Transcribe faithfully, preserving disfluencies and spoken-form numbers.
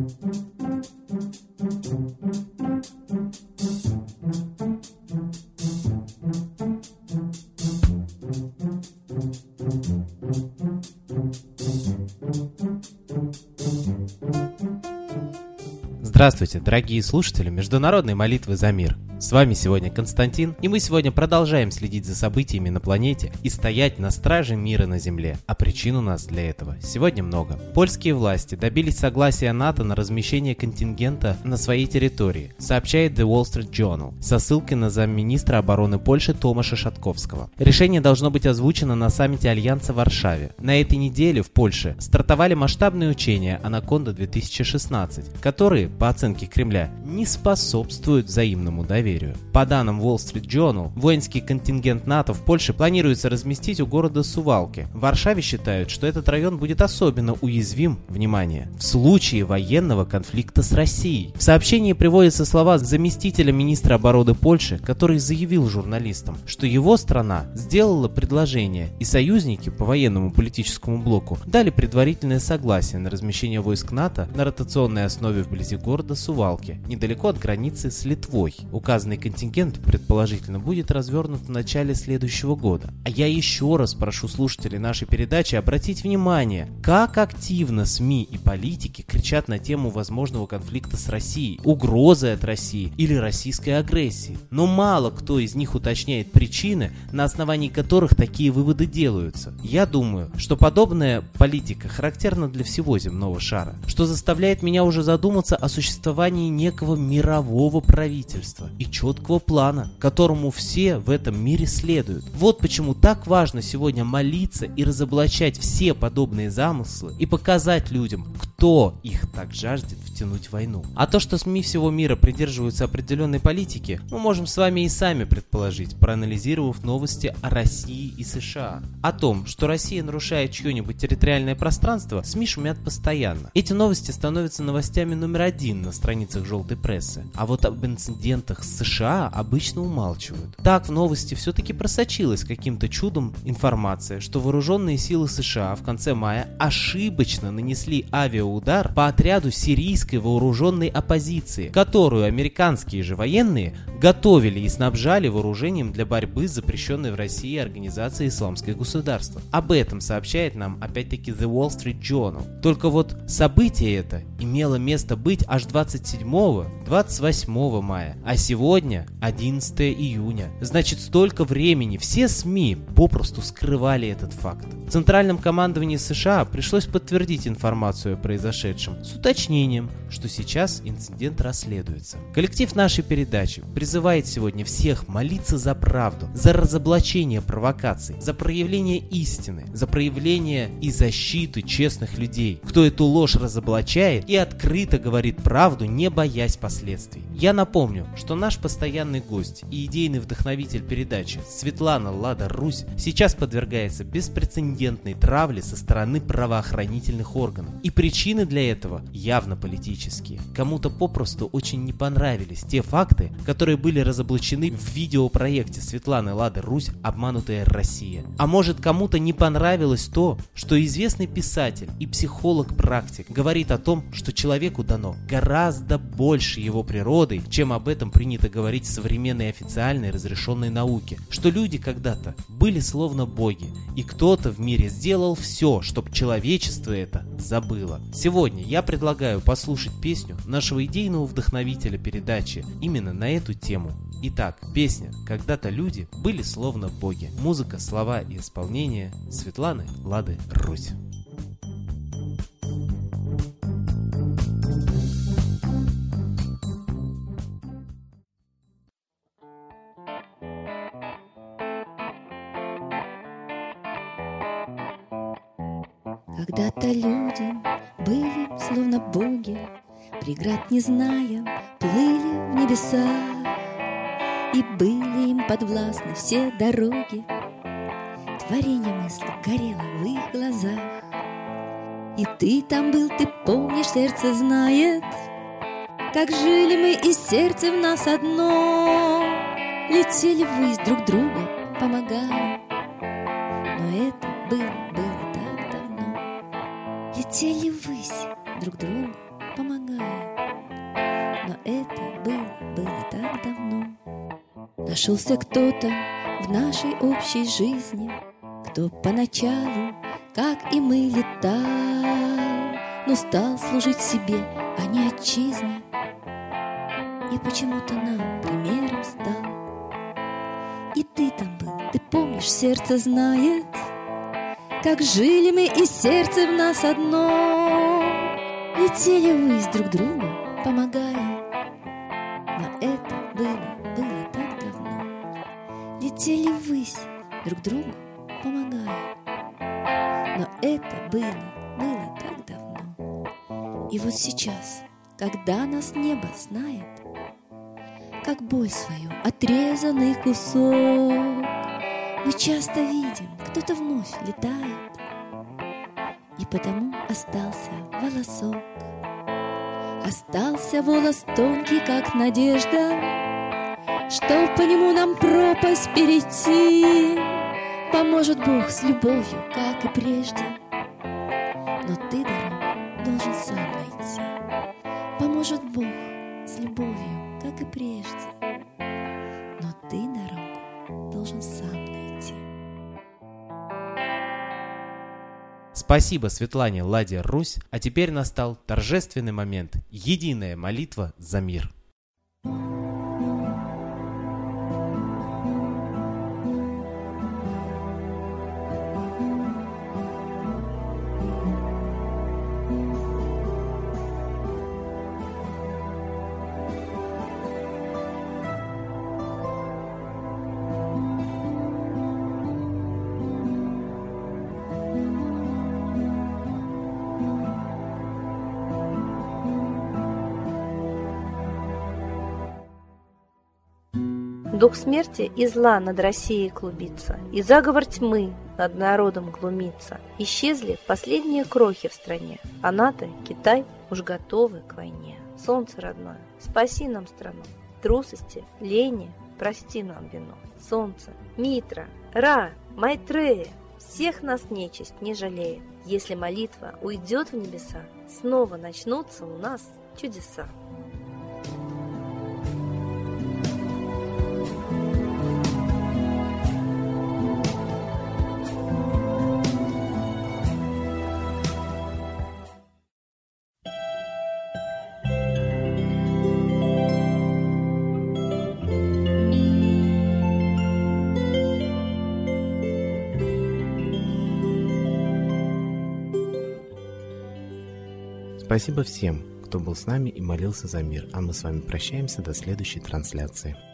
Здравствуйте, дорогие слушатели Международной молитвы за мир. С вами сегодня Константин, и мы сегодня продолжаем следить за событиями на планете и стоять на страже мира на Земле. А причин у нас для этого сегодня много. Польские власти добились согласия НАТО на размещение контингента на своей территории, сообщает The Wall Street Journal, со ссылкой на замминистра обороны Польши Томаша Шаткowskiego. Решение должно быть озвучено на саммите Альянса в Варшаве. На этой неделе в Польше стартовали масштабные учения «Анаконда две тысячи шестнадцать», которые, по оценке Кремля, не способствуют взаимному доверию. По данным Wall Street Journal, воинский контингент НАТО в Польше планируется разместить у города Сувалки. В Варшаве считают, что этот район будет особенно уязвим, внимание, в случае военного конфликта с Россией. В сообщении приводятся слова заместителя министра обороны Польши, который заявил журналистам, что его страна сделала предложение, и союзники по военному политическому блоку дали предварительное согласие на размещение войск НАТО на ротационной основе вблизи города Сувалки, недалеко от границы с Литвой. Указанный контингент, предположительно, будет развернут в начале следующего года. А я еще раз прошу слушателей нашей передачи обратить внимание, как активно СМИ и политики кричат на тему возможного конфликта с Россией, угрозы от России или российской агрессии. Но мало кто из них уточняет причины, на основании которых такие выводы делаются. Я думаю, что подобная политика характерна для всего земного шара, что заставляет меня уже задуматься о существовании некого мирового правительства и четкого плана, которому все в этом мире следуют. Вот почему так важно сегодня молиться и разоблачать все подобные замыслы и показать людям, кто их так жаждет втянуть в войну. А то, что СМИ всего мира придерживаются определенной политики, мы можем с вами и сами предположить, проанализировав новости о России и США. О том, что Россия нарушает чье-нибудь территориальное пространство, СМИ шумят постоянно. Эти новости становятся новостями номер один на страницах желтой прессы. А вот об инцидентах с США обычно умалчивают. Так в новости все-таки просочилась каким-то чудом информация, что вооруженные силы США в конце мая ошибочно нанесли авиаудар по отряду сирийской вооруженной оппозиции, которую американские же военные готовили и снабжали вооружением для борьбы с запрещенной в России организацией «Исламское государство». Об этом сообщает нам опять-таки The Wall Street Journal. Только вот событие это имело место быть аж двадцать седьмого — двадцать восьмого мая, а сегодня одиннадцатого июня. Значит, столько времени все СМИ попросту скрывали этот факт. В Центральном командовании США пришлось подтвердить информацию о произошедшем с уточнением, что сейчас инцидент расследуется. Коллектив нашей передачи призывает сегодня всех молиться за правду, за разоблачение провокаций, за проявление истины, за проявление и защиту честных людей, кто эту ложь разоблачает и открыто говорит правду, не боясь последствий. Я напомню, что наш постоянный гость и идейный вдохновитель передачи Светлана Лада Русь сейчас подвергается беспрецедентной травле со стороны правоохранительных органов. И причины для этого явно политические. Кому-то попросту очень не понравились те факты, которые были разоблачены в видеопроекте Светланы Лады Русь «Обманутая Россия». А может, кому-то не понравилось то, что известный писатель и психолог-практик говорит о том, что человеку дано гораздо больше его природы, чем об этом принято говорить в современной официальной разрешенной науке, что люди когда-то были словно боги, и кто-то в мире сделал все, чтобы человечество это забыло. Сегодня я предлагаю послушать песню нашего идейного вдохновителя передачи именно на эту тему. Итак, песня «Когда-то люди были словно боги». Музыка, слова и исполнение Светланы Лады Русь. Когда-то люди были словно боги, преград не зная, плыли в небеса, и были им подвластны все дороги. Творение мысли горело в их глазах. И ты там был, ты помнишь, сердце знает, как жили мы, и сердце в нас одно. Летели ввысь друг друга, помогая, но это было, было так давно. Летели ввысь друг другу, помогая. Нашелся кто-то в нашей общей жизни, кто поначалу, как и мы, летал, но стал служить себе, а не отчизне, и почему-то нам примером стал. И ты там был, ты помнишь, сердце знает, как жили мы, и сердце в нас одно. Летели ввысь друг другу, помогая, но это было, было так давно. Летели ввысь друг другу, помогая, но это было, было так давно. И вот сейчас, когда нас небо знает, как боль свою отрезанный кусок, мы часто видим, кто-то вновь летает, и потому остался волосок. Остался волос тонкий, как надежда, что по нему нам пропасть перейти. Поможет Бог с любовью, как и прежде, но ты дорогу должен сам найти. Поможет Бог с любовью, как и прежде, но ты дорогу должен сам найти. Спасибо Светлане Ладе Русь, а теперь настал торжественный момент – единая молитва за мир. Дух смерти и зла над Россией клубится, и заговор тьмы над народом глумится. Исчезли последние крохи в стране, а НАТО, Китай уж готовы к войне. Солнце родное, спаси нам страну, трусости, лени, прости нам вину. Солнце, Митра, Ра, Майтрея, всех нас нечисть не жалеет. Если молитва уйдет в небеса, снова начнутся у нас чудеса. Спасибо всем, кто был с нами и молился за мир, а мы с вами прощаемся до следующей трансляции.